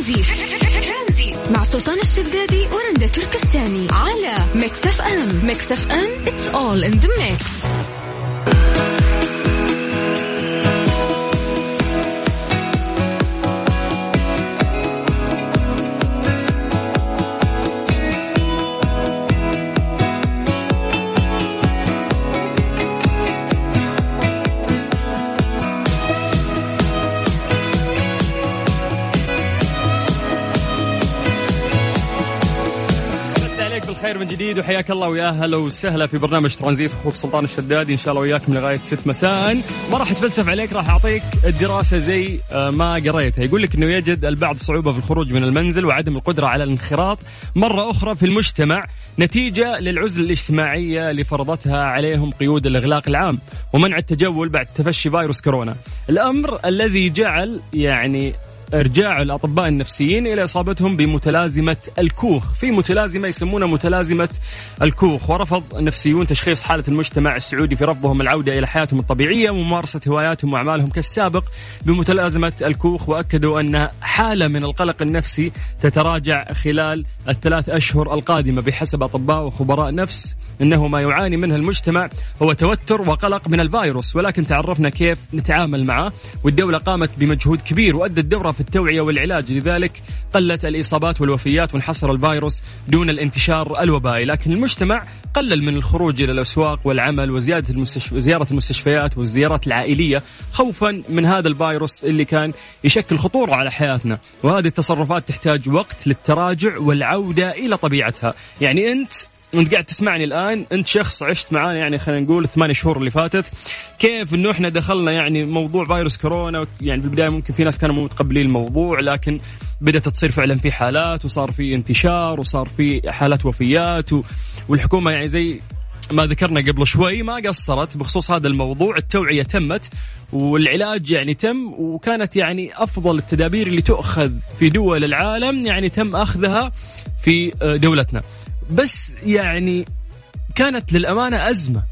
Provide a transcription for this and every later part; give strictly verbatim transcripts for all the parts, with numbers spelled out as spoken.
ترانزيت مع سلطان الشدادي ورندا تركستاني على ميكس اف ام. ميكس اف ام it's all in the mix. خير من جديد وحياك الله ويا أهلا وسهلا في برنامج ترانزيت. أخوك سلطان الشدادي إن شاء الله وياكم لغاية ست مساء. ما راح أتفلسف عليك، راح أعطيك الدراسة زي ما قريتها. يقول لك إنه يجد البعض صعوبة في الخروج من المنزل وعدم القدرة على الانخراط مرة أخرى في المجتمع نتيجة للعزلة الاجتماعية اللي فرضتها عليهم قيود الإغلاق العام ومنع التجول بعد تفشي فيروس كورونا، الأمر الذي جعل يعني ارجاع الأطباء النفسيين إلى إصابتهم بمتلازمة الكوخ. في متلازمة يسمونها متلازمة الكوخ، ورفض النفسيون تشخيص حالة المجتمع السعودي في رفضهم العودة إلى حياتهم الطبيعية وممارسة هواياتهم وأعمالهم كالسابق بمتلازمة الكوخ، وأكدوا أن حالة من القلق النفسي تتراجع خلال الثلاث أشهر القادمة. بحسب أطباء وخبراء نفس إنه ما يعاني منه المجتمع هو توتر وقلق من الفيروس، ولكن تعرفنا كيف نتعامل معه، والدولة قامت بمجهود كبير وأدت دورها في التوعية والعلاج، لذلك قلت الإصابات والوفيات وانحصر الفيروس دون الانتشار الوبائي. لكن المجتمع قلل من الخروج إلى الأسواق والعمل وزيادة المستشف... زيارة المستشفيات والزيارات العائلية خوفا من هذا الفيروس اللي كان يشكل خطورة على حياتنا. وهذه التصرفات تحتاج وقت للتراجع والعودة إلى طبيعتها. يعني أنت أنت قاعد تسمعني الآن، أنت شخص عشت معانا يعني خلينا نقول ثمانية شهور اللي فاتت، كيف إنه إحنا دخلنا يعني موضوع فيروس كورونا. يعني في البداية ممكن في ناس كانوا متقبلين الموضوع، لكن بدأت تصير فعلا في حالات وصار في انتشار وصار في حالات وفيات و... والحكومة يعني زي ما ذكرنا قبل شوي ما قصرت بخصوص هذا الموضوع. التوعية تمت والعلاج يعني تم، وكانت يعني أفضل التدابير اللي تؤخذ في دول العالم يعني تم أخذها في دولتنا. بس يعني كانت للأمانة أزمة،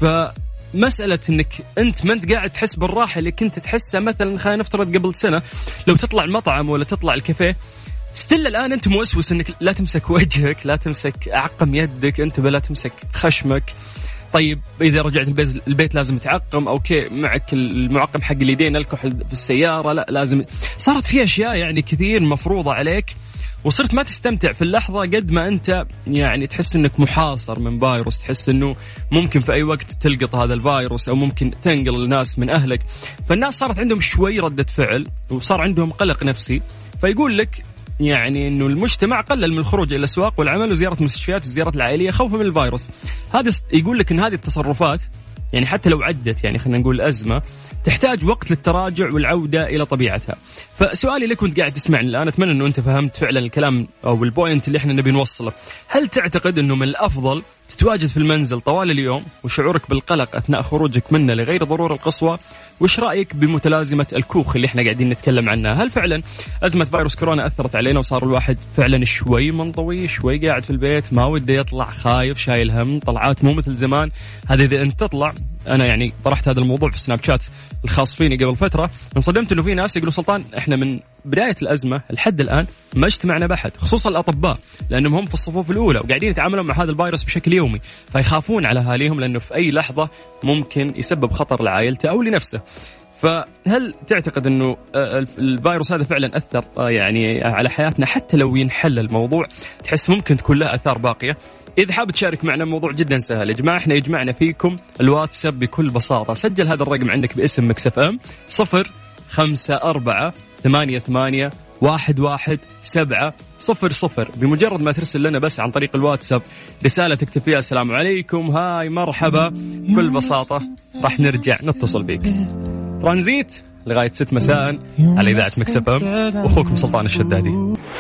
فمسألة أنك أنت ما أنت قاعد تحس بالراحة اللي كنت تحسها مثلا خلينا نفترض قبل سنة لو تطلع المطعم ولا تطلع الكافيه، ستيل الآن أنت موسوس أنك لا تمسك وجهك، لا تمسك عقم يدك، أنت بلا تمسك خشمك. طيب إذا رجعت البيت, البيت لازم تعقم، أوكي معك المعقم حق اليدين، الكحول في السيارة لا لازم. صارت في أشياء يعني كثير مفروضة عليك، وصرت ما تستمتع في اللحظة قد ما أنت يعني تحس أنك محاصر من فيروس، تحس أنه ممكن في أي وقت تلقط هذا الفيروس أو ممكن تنقل الناس من أهلك. فالناس صارت عندهم شوي ردة فعل وصار عندهم قلق نفسي. فيقول لك يعني أنه المجتمع قلل من الخروج إلى الأسواق والعمل وزيارة المستشفيات والزيارات العائلية خوفا من الفيروس. هذا يقول لك أن هذه التصرفات يعني حتى لو عدت يعني خلينا نقول أزمة تحتاج وقت للتراجع والعودة إلى طبيعتها. فسؤالي لك وانت قاعد تسمعني الآن، أتمنى أنه أنت فهمت فعلا الكلام أو البوينت اللي احنا نبي نوصله. هل تعتقد أنه من الأفضل تتواجد في المنزل طوال اليوم وشعورك بالقلق أثناء خروجك منه لغير ضرورة القصوى؟ وش رأيك بمتلازمة الكوخ اللي احنا قاعدين نتكلم عنها؟ هل فعلا أزمة فيروس كورونا أثرت علينا وصار الواحد فعلا شوي منطوي، شوي قاعد في البيت ما وده يطلع، خايف، شايل هم، طلعات مو مثل زمان؟ هذا إذا أنت تطلع. أنا يعني طرحت هذا الموضوع في سناب شات الخاص فيني قبل فترة، انصدمت إنه في ناس يقولوا سلطان إحنا من بداية الأزمة لحد الآن ما اجتمعنا بأحد، خصوصا الأطباء لأنهم هم في الصفوف الأولى وقاعدين يتعاملون مع هذا الفيروس بشكل يومي، فيخافون على أهاليهم لأنه في أي لحظة ممكن يسبب خطر لعائلته أو لنفسه. فهل تعتقد أنه الفيروس هذا فعلا أثر يعني على حياتنا حتى لو ينحل الموضوع؟ تحس ممكن تكون له أثار باقية؟ إذا حاب تشارك معنا موضوع جدا سهل يا جماعة، احنا يجمعنا فيكم الواتساب بكل بساطة. سجل هذا الرقم عندك باسم ميكس اف ام صفر خمسة أربعة ثمانية ثمانية واحد واحد سبعة صفر صفر. بمجرد ما ترسل لنا بس عن طريق الواتساب رسالة تكتب فيها السلام عليكم، هاي، مرحبا، بكل بساطة راح نرجع نتصل بيك. ترانزيت لغاية ست مساء على إذاعة ميكس اف ام، وأخوكم سلطان الشدادي.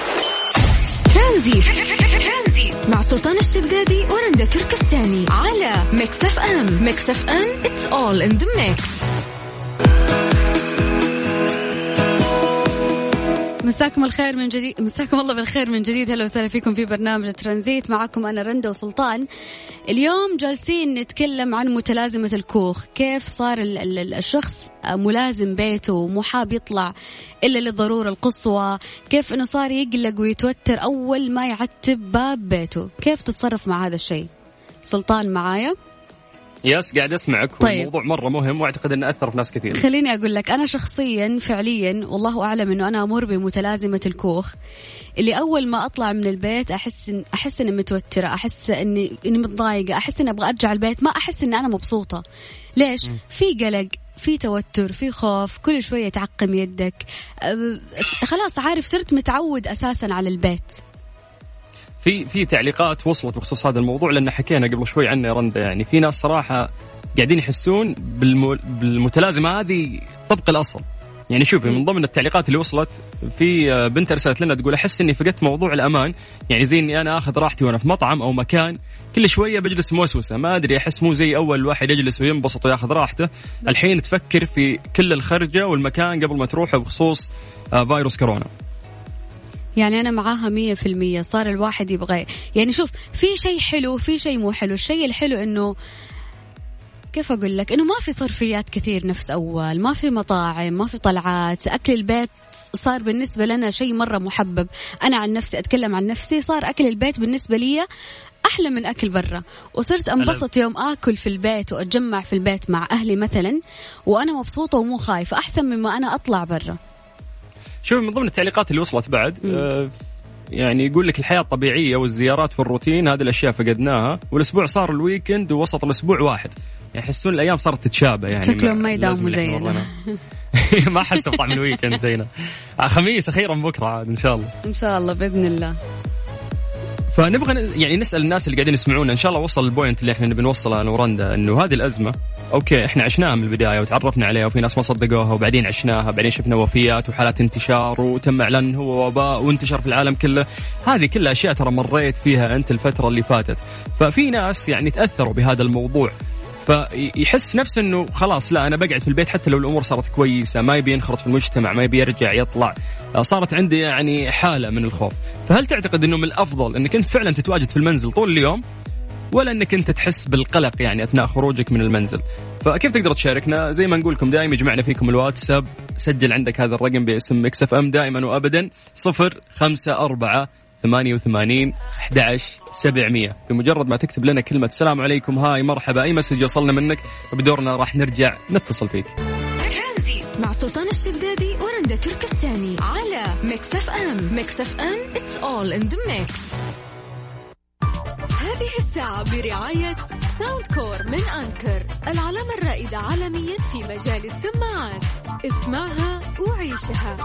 ترانزيت مع سلطان الشدادي ورندا تركستاني على ميكس اف ام. ميكس اف ام it's all in the mix. مساكم الخير من جديد، مساكم الله بالخير من جديد. هلا وسهلا فيكم في برنامج ترانزيت، معكم أنا رندا وسلطان. اليوم جالسين نتكلم عن متلازمة الكوخ، كيف صار الشخص ملازم بيته ومو حاب يطلع إلا للضرورة القصوى، كيف إنه صار يقلق ويتوتر أول ما يعتب باب بيته. كيف تتصرف مع هذا الشيء؟ سلطان معايا؟ يس قاعد أسمعك. طيب. والموضوع مرة مهم وأعتقد أنه أثر في ناس كثير. خليني أقول لك أنا شخصيا فعليا والله أعلم أنه أنا أمر بمتلازمة الكوخ، اللي أول ما أطلع من البيت أحس إن أحس إني متوترة، أحس إني إني متضايقة، أحس إني أبغى أرجع البيت، ما أحس إن أنا مبسوطة. ليش؟ م. في قلق، في توتر، في خوف، كل شوية تعقم يدك. أه خلاص عارف، صرت متعود أساسا على البيت. في في تعليقات وصلت بخصوص هذا الموضوع، لأن حكينا قبل شوي عنه يا رندا. يعني في ناس صراحة قاعدين يحسون بالمتلازمة هذه طبق الأصل. يعني شوفي من ضمن التعليقات اللي وصلت، في بنت رسالت لنا تقول أحس إني فقدت موضوع الأمان، يعني زي إني أنا أخذ راحتي وأنا في مطعم أو مكان، كل شوية بجلس موسوسة، ما أدري، أحس مو زي أول الواحد يجلس وينبسط ويأخذ راحته، الحين تفكر في كل الخرجة والمكان قبل ما تروح بخصوص فيروس كورونا. يعني أنا معاها مية في المية. صار الواحد يبغى، يعني شوف، في شيء حلو في شيء مو حلو. الشيء الحلو إنه كيف أقول لك، إنه ما في صرفيات كثير نفس أول، ما في مطاعم، ما في طلعات، أكل البيت صار بالنسبة لنا شيء مرة محبب. أنا عن نفسي أتكلم عن نفسي، صار أكل البيت بالنسبة لي أحلى من أكل برا، وصرت أنبسط يوم آكل في البيت وأتجمع في البيت مع أهلي مثلا وأنا مبسوطة ومو خايفة، أحسن مما أنا أطلع برا. شوف من ضمن التعليقات اللي وصلت بعد آه يعني يقول لك الحياة الطبيعية والزيارات والروتين هذه الأشياء فقدناها، والأسبوع صار الويكند ووسط الأسبوع واحد، يعني يحسون الأيام صارت تتشابه. يعني شكلهم ما يداوموا زينا. ما حس بطعم الويكند زينا. خميس أخيرا بكرة عاد إن شاء الله. إن شاء الله بإذن الله. فنبغى يعني نسأل الناس اللي قاعدين يسمعونا، إن شاء الله وصل البوينت اللي إحنا نبي نوصله أنا ورندا، إنه هذه الأزمة أوكي إحنا عشناها من البداية وتعرفنا عليها، وفي ناس ما صدقوها، وبعدين عشناها، بعدين شفنا وفيات وحالات انتشار وتم إعلان هو وباء وانتشر في العالم كله. هذه كلها أشياء ترى مريت فيها أنت الفترة اللي فاتت. ففي ناس يعني تأثروا بهذا الموضوع، فيحس نفسه انه خلاص لا انا بقعد في البيت حتى لو الامور صارت كويسه، ما يبي ينخرط في المجتمع، ما يبي يرجع يطلع، صارت عندي يعني حاله من الخوف. فهل تعتقد انه من الافضل انك انت فعلا تتواجد في المنزل طول اليوم، ولا انك انت تحس بالقلق يعني اثناء خروجك من المنزل؟ فكيف تقدر تشاركنا؟ زي ما نقول لكم دائما يجمعنا فيكم الواتساب، سجل عندك هذا الرقم باسم ميكس اف ام دائما وابدا صفر خمسة أربعة ثمانية وثمانين أحد عشر سبعمية. بمجرد ما تكتب لنا كلمة السلام عليكم، هاي، مرحبا، أي مسج يوصلنا منك بدورنا راح نرجع نتصل فيك. ترانزيت مع سلطان الشدادي ورندا تركستاني على ميكس اف ام. ميكس اف ام it's all in the mix. هذه الساعة برعاية ساوند كور من أنكر، العلامة الرائدة عالميا في مجال السماعات. اسمعها وعيشها.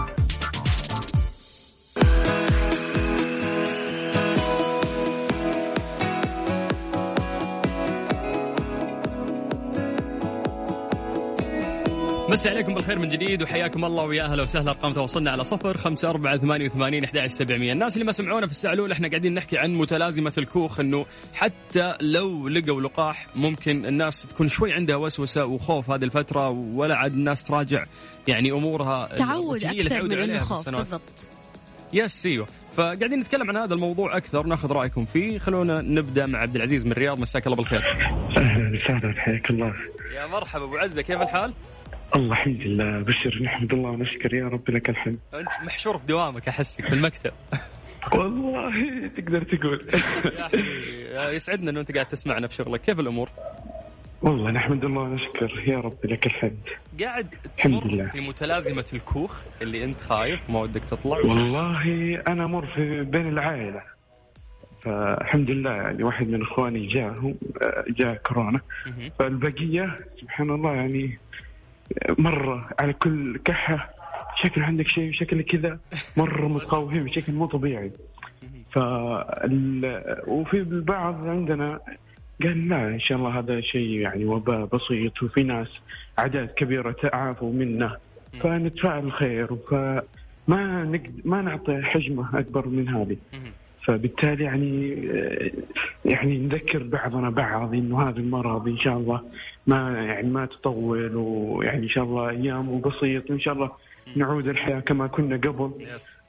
مساء عليكم بالخير من جديد وحياكم الله ويا أهلا وسهلا. أرقام تواصلنا على صفر خمسة أربعة ثمانية وثمانين أحد عشر سبعمية. الناس اللي ما سمعونا في الساعة الأولى احنا قاعدين نحكي عن متلازمة الكوخ، إنه حتى لو لقوا لقاح ممكن الناس تكون شوي عندها وسوسة وخوف هذه الفترة، ولا عاد الناس تراجع يعني أمورها، تعود أكثر من الخوف. بالضبط. يس ايوه. فقاعدين نتكلم عن هذا الموضوع أكثر، ناخذ رأيكم فيه. خلونا نبدأ مع عبد العزيز من الرياض. مساك الله بالخير. أهلا وسهلا، حياك الله. يا مرحبا أبو عزة، كيف الحال؟ الله الحمد لله، بشر، نحمد الله ونشكر يا رب لك الحمد. أنت محشور في دوامك، أحسك في المكتب. والله تقدر تقول. يا أخي يسعدنا أنه أنت قاعد تسمعنا في شغلك. كيف الأمور؟ والله نحمد الله ونشكر يا رب لك الحمد. قاعد تمر في متلازمة الكوخ اللي أنت خايف ما ودك تطلع؟ والله أنا أمر في بين العائلة، فالحمد لله يعني واحد من إخواني جاءهم جاء كورونا، فالبقية سبحان الله يعني مرة على كل كحة شكل عندك شيء وشكل كذا، مرة متقوهين بشكل مو طبيعي. فال... وفي البعض عندنا قال لا إن شاء الله هذا شيء يعني وباء بسيط، وفي ناس أعداد كبيرة تعافوا منه، فنتفاعل خير، فما نقد... ما نعطي حجمه أكبر من هذه. فبالتالي يعني يعني نذكر بعضنا بعض إنه هذا المرض إن شاء الله ما يعني ما تطول، ويعني إن شاء الله أيام وبسيط، وإن شاء الله نعود الحياة كما كنا قبل.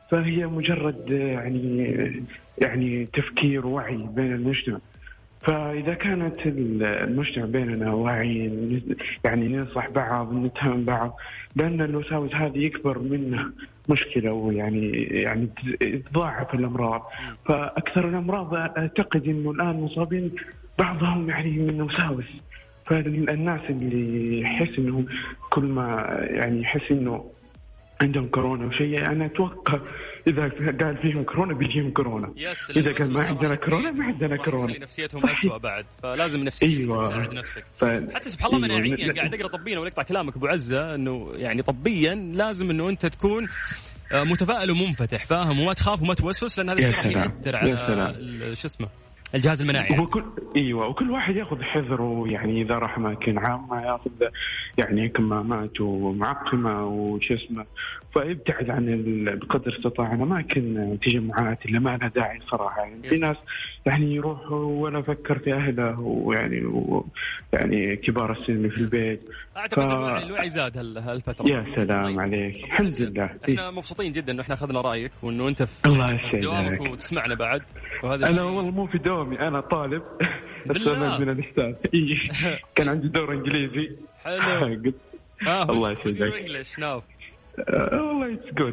فهي مجرد يعني يعني تفكير ووعي بين المجتمع. فإذا كانت المجتمع بيننا واعي يعني ننصح بعض نتهم بعض، لأن الوساوس هذه يكبر منه مشكلة ويعني يعني تضاعف الأمراض. فأكثر الأمراض أعتقد إنه الآن مصابين بعضهم يعني من وساوس. فالناس اللي يحس إنهم كل ما يعني يحس إنه عندهم كورونا وشيء، أنا أتوقع إذا قال فيهم كورونا بيجيهم كورونا، إذا كان ما عندنا كورونا ما عندنا كورونا، نفسيتهم أسوأ بعد. فلازم نفسيا أيوة. تساعد نفسك. ف... حتى سبحان الله أيوة. مناعيا قاعد أقرأ طبيا ونقطع كلامك أبو عزة، إنه يعني طبيا لازم إنه أنت تكون متفائل ومنفتح فاهم وما تخاف وما توسوس، لأن هذا الشيء راح يأثر على شو اسمه الجهاز المناعي يعني. وكل ايوه وكل واحد ياخذ حذره، يعني اذا راح اماكن عامه ياخذ يعني كمامات ومعقمه وش اسمه، فيبتعد عن بقدر استطاع عن اماكن تجمعات اللي ما لها داعي صراحه. يعني في ناس يعني يروحوا ولا فكر في اهله ويعني يعني كبار السن اللي في البيت. اعتقد ف... الوعي زاد هالفتره. يا سلام طيب. عليك الحمد لله. احنا مبسوطين جدا انه احنا اخذنا رايك وانه انت في دوامك وتسمعنا بعد. وهذا انا والله مو في دوامي، انا طالب بالله من الاستاذ. كان عندي دور انجليزي حلو. آه الله يسعدك. انجلش ناو والله اتس جود.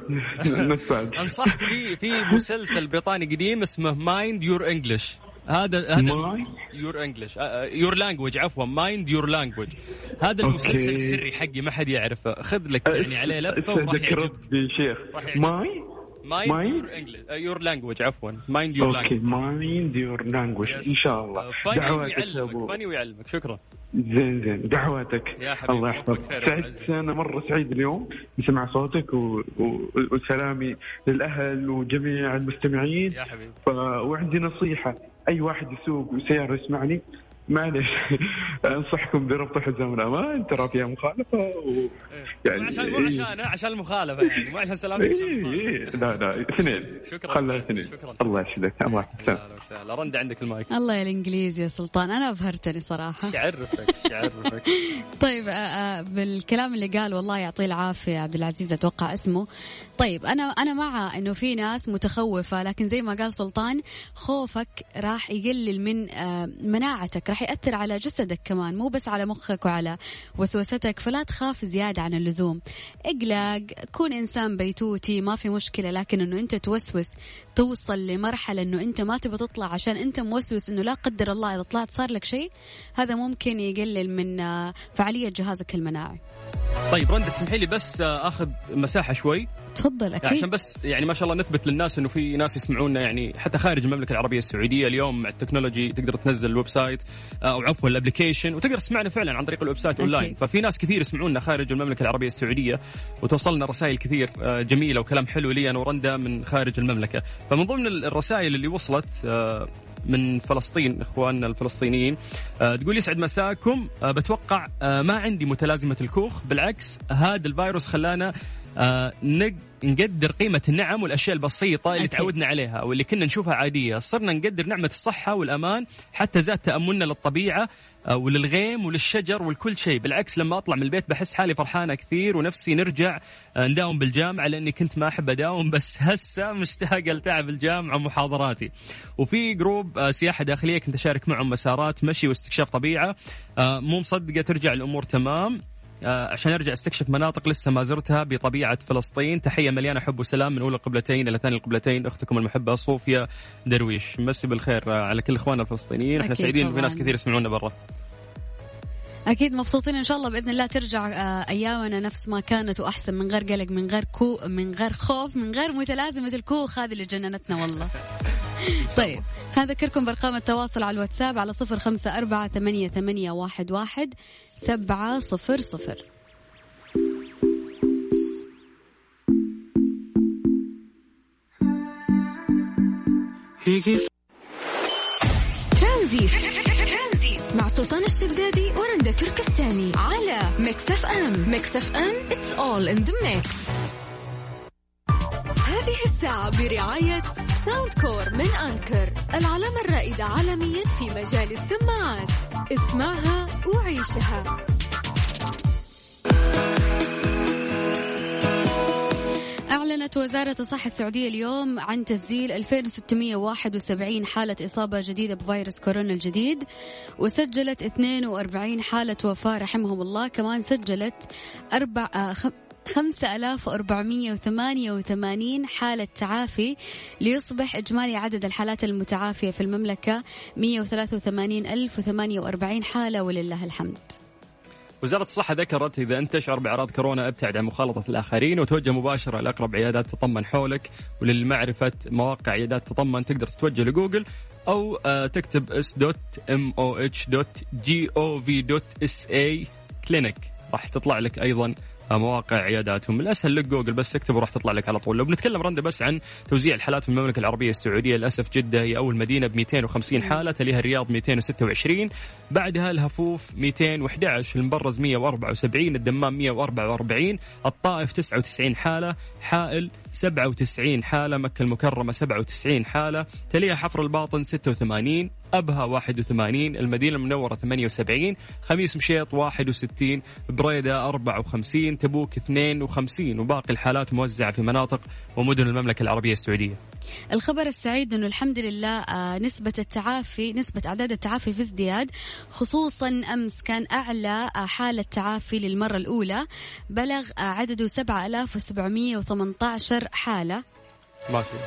انصحك في في مسلسل بريطاني قديم اسمه مايند يور انجلش. هذا هذا يور انجلش يور لانجويج عفوا مايند يور لانجويج. هذا المسلسل السري حقي ما حد يعرفه، خذ لك يعني عليه لفه وراح يعجبك شيخ. ماي مايند يور انجلش يور لانجويج عفوا مايند يور لانجويج. اوكي مايند يور لانجويج ان شاء الله. دعواتك فاني ويعلمك. شكرا. زين زين دعواتك الله يحفظك. سعيد انا مره سعيد اليوم بسمع صوتك و... و... وسلامي للاهل وجميع المستمعين يا حبيبي. ف... وعندي نصيحه، اي واحد يسوق سيارة يسمعني معلش انصحكم بربط حزام الامان، ترى فيها مخالفه و... يعني عشان مو عشان عشان المخالفه يعني مو عشان سلامتك. إيه إيه لا لا اثنين. شكرا خلها اثنين. الله يسعدك. الله يسعدك. رند عندك المايك. الله يا الانجليزي يا سلطان، انا ابهرتني صراحه. يعرفك يعرفك. طيب بالكلام اللي قال والله يعطيه العافيه عبد العزيز اتوقع اسمه. طيب انا انا مع انه في ناس متخوفه، لكن زي ما قال سلطان خوفك راح يقلل من مناعتك، راح يأثر على جسدك كمان مو بس على مخك وعلى وسوستك. فلا تخاف زيادة عن اللزوم، اقلق، كون إنسان بيتوتي ما في مشكلة، لكن إنه أنت توسوس توصل لمرحلة إنه أنت ما تبى تطلع عشان أنت موسوس إنه لا قدر الله إذا طلعت صار لك شيء، هذا ممكن يقلل من فعالية جهازك المناعي. طيب رندة تسمحي لي بس أخذ مساحة شوي. تفضل. أكيد. عشان بس يعني ما شاء الله نثبت للناس إنه في ناس يسمعونا يعني حتى خارج المملكة العربية السعودية. اليوم مع التكنولوجي تقدر تنزل الويب سايت أو عفوا الابليكيشن وتقدر تسمعنا فعلا عن طريق الويب سايت أونلاين. ففي ناس كثير يسمعونا خارج المملكة العربية السعودية وتوصلنا رسائل كثير جميلة وكلام حلو لي أنا ورندا من خارج المملكة. فمن ضمن الرسائل اللي وصلت من فلسطين إخواننا الفلسطينيين تقول يسعد مساكم، بتوقع ما عندي متلازمة الكوخ، بالعكس هذا الفيروس خلانا نقدر قيمة النعم والأشياء البسيطة اللي أكيد. تعودنا عليها واللي كنا نشوفها عادية، صرنا نقدر نعمة الصحة والأمان، حتى زاد تأملنا للطبيعة وللغيم وللشجر ولكل شيء. بالعكس لما أطلع من البيت بحس حالي فرحانة كثير ونفسي نرجع نداوم بالجامعة، لأني كنت ما أحب أداوم بس هسه مشتاق لتعب الجامعة ومحاضراتي. وفي جروب سياحة داخلية كنت أشارك معهم مسارات مشي واستكشاف طبيعة، مو مصدقة ترجع الأمور تمام عشان أرجع استكشف مناطق لسه ما زرتها بطبيعة فلسطين. تحية مليانة حب وسلام من أولى القبلتين إلى ثاني القبلتين، أختكم المحبة صوفيا درويش. مسي بالخير على كل إخواننا الفلسطينيين. إحنا سعيدين في ناس كثير يسمعونا برا. أكيد مبسوطين إن شاء الله بإذن الله ترجع أيامنا نفس ما كانت وأحسن، من غير قلق، من غير كو من غير خوف، من غير متلازمة الكوخ هذه اللي جننتنا والله. طيب خلينا أذكركم بأرقام التواصل على الواتساب على صفر خمسة أربعة ثمانية ثمانية واحد واحد سبعة صفر صفر. ترانزيت مع سلطان الشدادي ورندا تركستاني على ميكس اف ام. ميكس اف ام it's all in the mix. هذه الساعة برعاية ساوند كور من أنكر، العلامة الرائدة عالميا في مجال السماعات. اسمعها وعيشها. أعلنت وزارة الصحة السعودية اليوم عن تسجيل ألفين وستمائة وواحد وسبعين حالة إصابة جديدة بفيروس كورونا الجديد، وسجلت اثنين وأربعين حالة وفاة رحمهم الله. كمان سجلت أربع خمسة آلاف وأربعمائة وثمانية وثمانين حالة تعافي، ليصبح إجمالي عدد الحالات المتعافية في المملكة مئة وثلاثة وثمانين ألف وثمانية وأربعين حالة ولله الحمد. وزارة الصحة ذكرت إذا أنت تشعر بأعراض كورونا ابتعد عن مخالطة الآخرين وتوجه مباشرة لأقرب عيادات تطمن حولك. وللمعرفة مواقع عيادات تطمن تقدر تتوجه لجوجل أو تكتب اس دوت ام او اتش دوت جي او في دوت اس اي كلينيك، راح تطلع لك أيضا مواقع عياداتهم. الأسهل لك جوجل بس تكتب وراح تطلع لك على طول. لو بنتكلم رندا بس عن توزيع الحالات في المملكة العربية السعودية، للأسف جدة هي أول مدينة ب مئتين وخمسين حالة، تليها الرياض مئتين وستة وعشرين، بعدها الهفوف مئتين وأحد عشر، المبرز مئة وأربعة وسبعين، الدمام مئة وأربعة وأربعين، الطائف تسعة وتسعين حالة، حائل سبعة وتسعين حالة، مكة المكرمة سبعة وتسعين حالة، تليها حفر الباطن ستة وثمانين، أبها واحد وثمانين، المدينة المنورة ثمانية وسبعين، خميس مشيط واحد وستين، بريدة أربعة وخمسين، تبوك اثنين وخمسين، وباقي الحالات موزعة في مناطق ومدن المملكة العربية السعودية. الخبر السعيد أنه الحمد لله نسبة التعافي نسبة أعداد التعافي في ازدياد، خصوصا أمس كان أعلى حالة تعافي للمرة الأولى، بلغ عدده سبعة آلاف وسبعمائة وثمانية عشر حالة. ما في.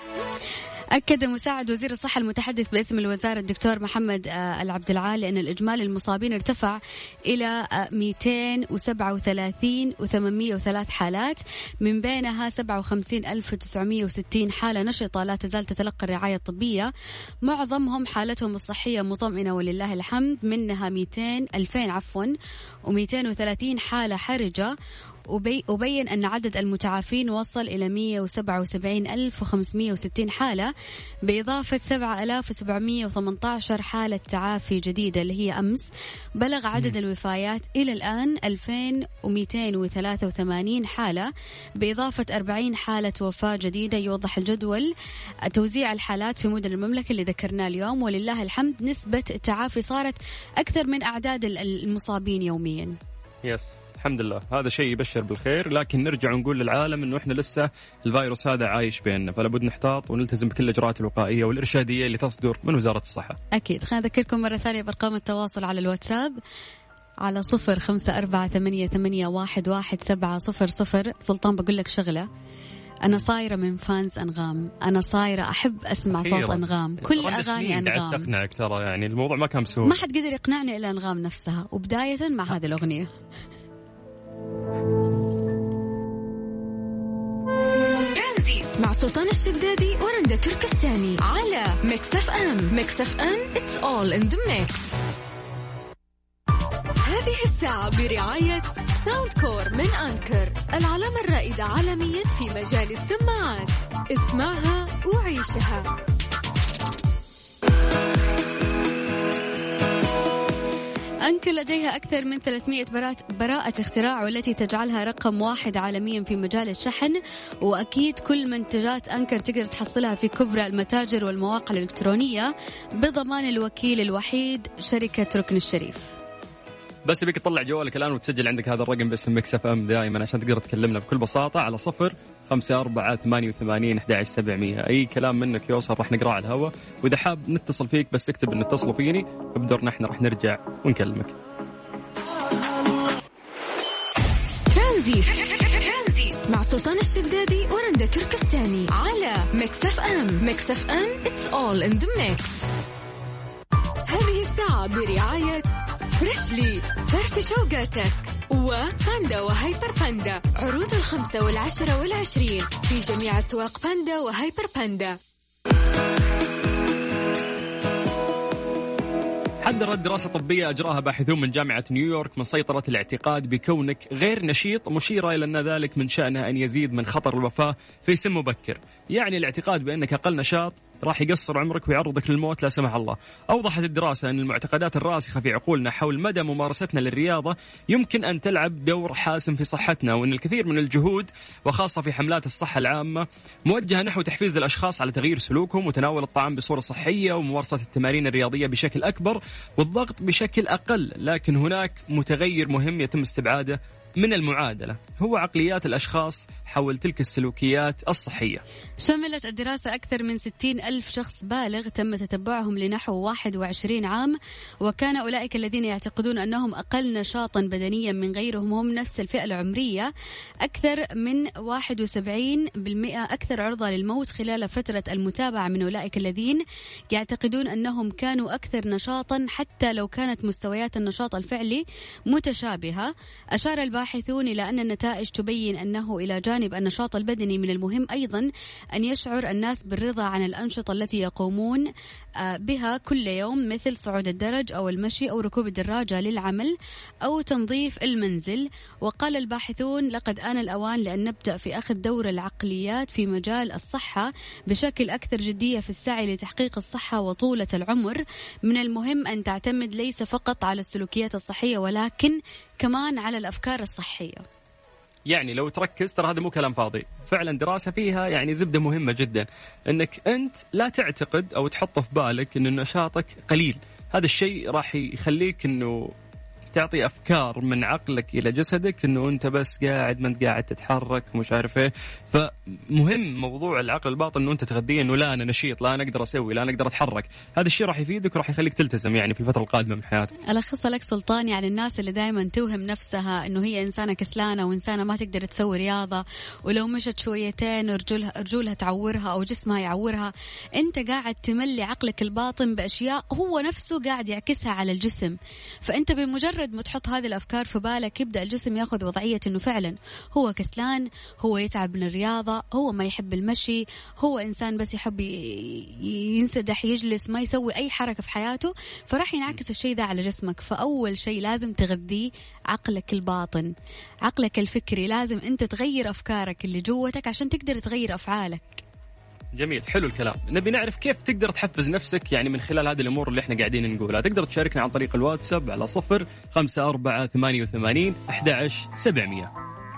أكد مساعد وزير الصحة المتحدث باسم الوزارة الدكتور محمد العبد العالي أن الإجمالي المصابين ارتفع إلى مئتين وسبعة وثلاثين ألف وثمانمائة وثلاث حالات، من بينها سبعة وخمسين ألف وتسعمائة وستين حالة نشطة لا تزال تتلقى الرعاية الطبية، معظمهم حالتهم الصحية مطمئنة ولله الحمد، منها مئتين ألفين عفوا ومئتين وثلاثين حالة حرجة. وبين أن عدد المتعافين وصل إلى مئة وسبعة وسبعين ألف وخمسمائة وستين حالة، بإضافة سبعة آلاف وسبعمائة وثمانية عشر حالة تعافي جديدة اللي هي أمس. بلغ عدد الوفيات إلى الآن ألفين ومئتين وثلاثة وثمانين حالة، بإضافة أربعين حالة وفاة جديدة. يوضح الجدول توزيع الحالات في مدن المملكة اللي ذكرناه اليوم، ولله الحمد نسبة التعافي صارت أكثر من أعداد المصابين يوميا. يس الحمد لله، هذا شيء يبشر بالخير، لكن نرجع ونقول للعالم انه احنا لسه الفيروس هذا عايش بيننا، فلا بد نحتاط ونلتزم بكل الاجراءات الوقائيه والارشاديه اللي تصدر من وزاره الصحه. اكيد. خلينا اذكركم مره ثانيه بارقام التواصل على الواتساب على صفر خمسة أربعة ثمانية ثمانية واحد واحد سبعة صفر صفر. سلطان بقول لك شغله، أنا صايرة من فانز أنغام، أنا صايرة أحب أسمع صوت أنغام، كل أغاني أنغام. قاعد تقنعك ترى، يعني الموضوع ما كان بسهولة، ما حد قدر يقنعني إلا أنغام نفسها، وبداية مع هذه الأغنية. مع سلطان الشدادي ورندا تركستاني على ميكس اف ام. ميكس اف ام it's all in the mix. هذه الساعة برعاية ساوند كور من أنكر، العلامة الرائدة عالميا في مجال السماعات. اسمعها وعيشها. أنكر لديها أكثر من ثلاثمائة براءة اختراع، والتي تجعلها رقم واحد عالميا في مجال الشحن. وأكيد كل منتجات أنكر تقدر تحصلها في كبرى المتاجر والمواقع الإلكترونية بضمان الوكيل الوحيد شركة ركن الشريف. بس بيك تطلع جوالك الآن وتسجل عندك هذا الرقم باسم ميكس اف ام دائما عشان تقدر تكلمنا بكل بساطة على صفر خمسة أربعة ثمانية وثمانين أحد عشر سبعمية. أي كلام منك يوصل راح نقرأ على الهواء، وإذا حاب نتصل فيك بس اكتب إن اتصلوا فيني، بدورنا إحنا راح نرجع ونكلمك. ترانزيت مع سلطان الشدادي ورندا تركستاني على ميكس اف ام. ميكس اف ام it's all in the mix. هذه الساعة برعاية فريشلي، فرف شوقاتك، وباندا وهايبر باندا، عروض الخمسة والعشرة والعشرين في جميع أسواق باندا وهايبر باندا. حذرت دراسة طبية أجراها باحثون من جامعة نيويورك من سيطرة الاعتقاد بكونك غير نشيط، مشيرة إلى أن ذلك من شأنه أن يزيد من خطر الوفاة في سن مبكر. يعني الاعتقاد بأنك أقل نشاط راح يقصر عمرك ويعرضك للموت لا سمح الله. أوضحت الدراسة أن المعتقدات الراسخة في عقولنا حول مدى ممارستنا للرياضة يمكن أن تلعب دور حاسم في صحتنا، وأن الكثير من الجهود وخاصة في حملات الصحة العامة موجهة نحو تحفيز الأشخاص على تغيير سلوكهم وتناول الطعام بصورة صحية وممارسة التمارين الرياضية بشكل أكبر والضغط بشكل أقل. لكن هناك متغير مهم يتم استبعاده من المعادلة هو عقليات الأشخاص حول تلك السلوكيات الصحية. شملت الدراسة أكثر من ستين ألف شخص بالغ تم تتبعهم لنحو واحد وعشرين عام، وكان أولئك الذين يعتقدون أنهم أقل نشاطا بدنيا من غيرهم هم نفس الفئة العمرية أكثر من واحد وسبعين بالمئة أكثر عرضة للموت خلال فترة المتابعة من أولئك الذين يعتقدون أنهم كانوا أكثر نشاطا حتى لو كانت مستويات النشاط الفعلي متشابهة. أشار الباحثون إلى أن النتائج تبين أنه إلى جانب النشاط البدني من المهم أيضا أن يشعر الناس بالرضا عن الأنشطة التي يقومون بها كل يوم، مثل صعود الدرج أو المشي أو ركوب الدراجة للعمل أو تنظيف المنزل. وقال الباحثون لقد آن الأوان لأن نبدأ في أخذ دور العقليات في مجال الصحة بشكل أكثر جدية في السعي لتحقيق الصحة وطولة العمر. من المهم أن تعتمد ليس فقط على السلوكيات الصحية ولكن كمان على الأفكار الصحية. يعني لو تركز ترى هذا مو كلام فاضي، فعلا دراسة فيها يعني زبدة مهمة جدا، أنك أنت لا تعتقد أو تحط في بالك أن نشاطك قليل. هذا الشيء راح يخليك أنه تعطي أفكار من عقلك إلى جسدك أنه أنت بس قاعد ما أنت قاعد تتحرك ومش عارف إيه. فمهم موضوع العقل الباطن أنه أنت تغذيه أنه لا أنا نشيط، لا أنا أقدر أسوي، لا أنا أقدر أتحرك. هذا الشيء راح يفيدك وراح يخليك تلتزم يعني في الفترة القادمة من حياتك. ألخص لك سلطان، يعني الناس اللي دائما توهم نفسها أنه هي إنسانة كسلانة وإنسانة ما تقدر تسوي رياضة، ولو مشت شويتين رجولها رجولها تعورها أو جسمها يعورها، أنت قاعد تملي عقلك الباطن بأشياء هو نفسه قاعد يعكسها على الجسم. فأنت بمجرد ما تحط هذه الأفكار في بالك يبدأ الجسم ياخذ وضعية أنه فعلا هو كسلان، هو يتعب من الرياضة، هو ما يحب المشي، هو إنسان بس يحب ينسدح يجلس ما يسوي أي حركة في حياته. فراح ينعكس الشيء ده على جسمك. فأول شيء لازم تغذيه عقلك الباطن، عقلك الفكري. لازم أنت تغير أفكارك اللي جوتك عشان تقدر تغير أفعالك. جميل، حلو الكلام. نبي نعرف كيف تقدر تحفز نفسك يعني من خلال هذه الأمور اللي احنا قاعدين نقولها. تقدر تشاركنا عن طريق الواتساب على صفر خمسة أربعة ثمانية وثمانين أحد عشر سبعمية.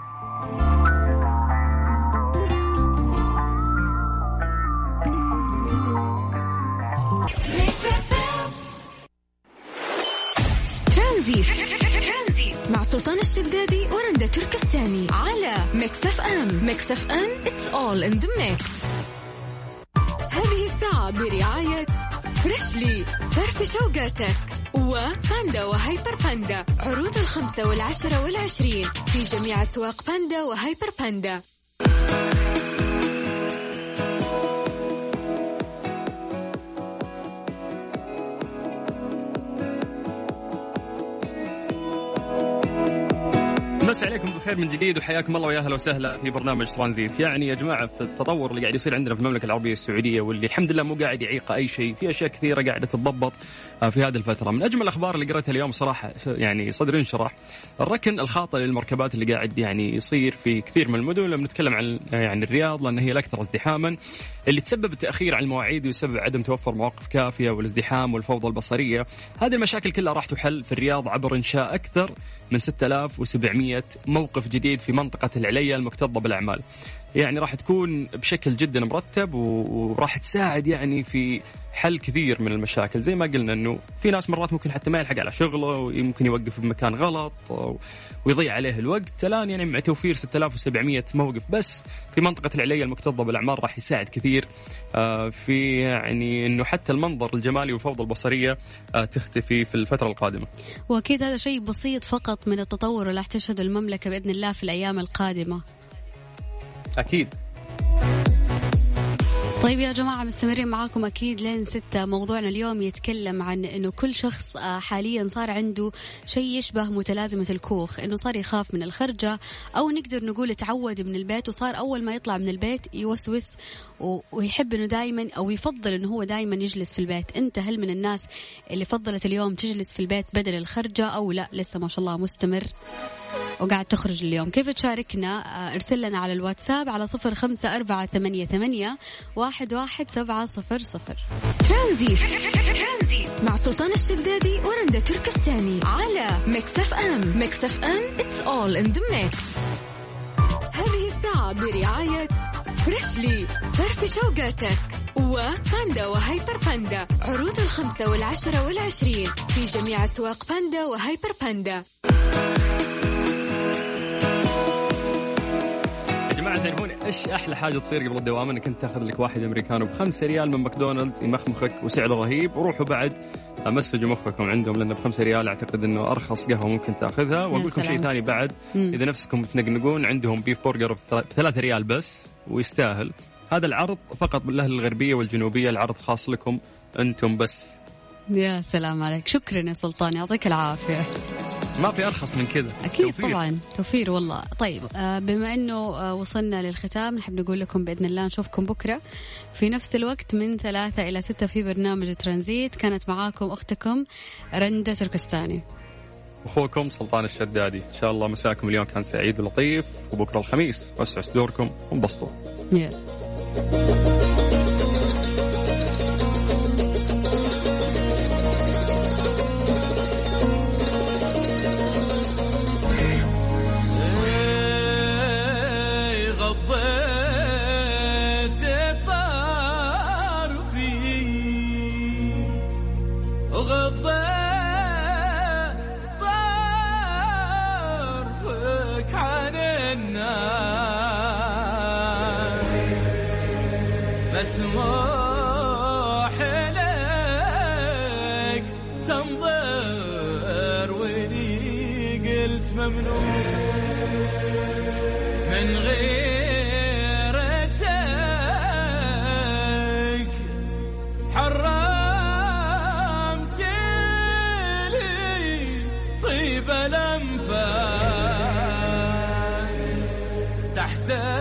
ترانزيت مع سلطان الشدادي ورندا تركستاني على ميكس اف ام. ميكس اف ام it's all in the mix. هذه الساعة برعاية فريشلي فرف شوقاتك وباندا وهايبر باندا. عروض الخمسة والعشرة والعشرين في جميع أسواق باندا وهايبر باندا. بس عليكم بخير من جديد وحياكم الله ويا اهلا وسهلا في برنامج ترانزيت. يعني يا جماعه في التطور اللي قاعد يصير عندنا في المملكه العربيه السعوديه واللي الحمد لله مو قاعد يعيق اي شيء، في اشياء كثيره قاعده تتضبط في هذه الفتره. من اجمل الاخبار اللي قرأتها اليوم صراحه يعني صدري انشرح، الركن الخاطئ للمركبات اللي قاعد يعني يصير في كثير من المدن. لما نتكلم عن يعني الرياض لان هي الاكثر ازدحاما، اللي تسبب التاخير على المواعيد ويسبب عدم توفر مواقف كافيه والازدحام والفوضى البصريه. هذه المشاكل كلها راح تحل في الرياض عبر انشاء اكثر من ستة آلاف وسبعمية موقف جديد في منطقة العليا المكتظة بالأعمال. يعني راح تكون بشكل جدا مرتب وراح تساعد يعني في حل كثير من المشاكل. زي ما قلنا أنه في ناس مرات ممكن حتى ما يلحق على شغله ويمكن يوقف بمكان غلط ويضيع عليه الوقت. الآن يعني مع توفير ستة آلاف وسبعمية موقف بس في منطقة العليا المكتظة بالأعمال راح يساعد كثير في يعني أنه حتى المنظر الجمالي والفوضى البصرية تختفي في الفترة القادمة. وأكيد هذا شيء بسيط فقط من التطور اللي تشهده المملكة بإذن الله في الأيام القادمة. أكيد. طيب يا جماعة مستمرين معاكم أكيد لين ستة. موضوعنا اليوم يتكلم عن إنه كل شخص حاليا صار عنده شيء يشبه متلازمة الكوخ، إنه صار يخاف من الخرجة أو نقدر نقول تعود من البيت، وصار أول ما يطلع من البيت يوسوس ويحب إنه دايما أو يفضل إنه هو دايما يجلس في البيت. أنت هل من الناس اللي فضلت اليوم تجلس في البيت بدل الخرجة أو لا لسه ما شاء الله مستمر وقاعد تخرج اليوم؟ كيف تشاركنا؟ ارسل لنا على الواتساب على صفر خمسة أربعة ثمانية ثمانية واحد واحد سبعة صفر صفر. ترانزيت مع سلطان الشدادي ورندا تركستاني على ميكس اف ام. ميكس اف ام it's all in the mix. هذه الساعة برعاية فريشلي فرف شوقاتك وباندا وهايبر باندا. عروض الخمسة والعشرة والعشرين في جميع أسواق باندا وهايبر باندا. جماعة تعرفون إيش أحلى حاجة تصير قبل الدوام؟ إنك أنت تأخذ لك واحد أمريكانو بخمسة ريال من ماكدونالدز يمخمخك وسعره رهيب، وروحوا بعد مسجوا مخكم عندهم لأنه بخمسة ريال أعتقد إنه أرخص قهوة ممكن تأخذها. وأقول لكم شيء ثاني بعد، مم. إذا نفسكم تنقنقون عندهم بيف برجر بثلاثة ريال بس ويستاهل. هذا العرض فقط بالأهل الغربية والجنوبية، العرض خاص لكم أنتم بس. يا سلام عليك، شكرا يا سلطان، يعطيك العافية. ما في أرخص من كذا أكيد توفير. طبعا توفير والله. طيب بما أنه وصلنا للختام نحب نقول لكم بإذن الله نشوفكم بكرة في نفس الوقت من ثلاثة إلى ستة في برنامج ترانزيت. كانت معاكم أختكم رندة تركستاني، أخوكم سلطان الشدادي. إن شاء الله مساكم اليوم كان سعيد ولطيف، وبكرة الخميس وسعوا صدوركم وانبسطوا. yeah. مسموح لك تنظر وإني قلت ممنوع من غيرتك حرمت لي طيب الأنفاس تحسن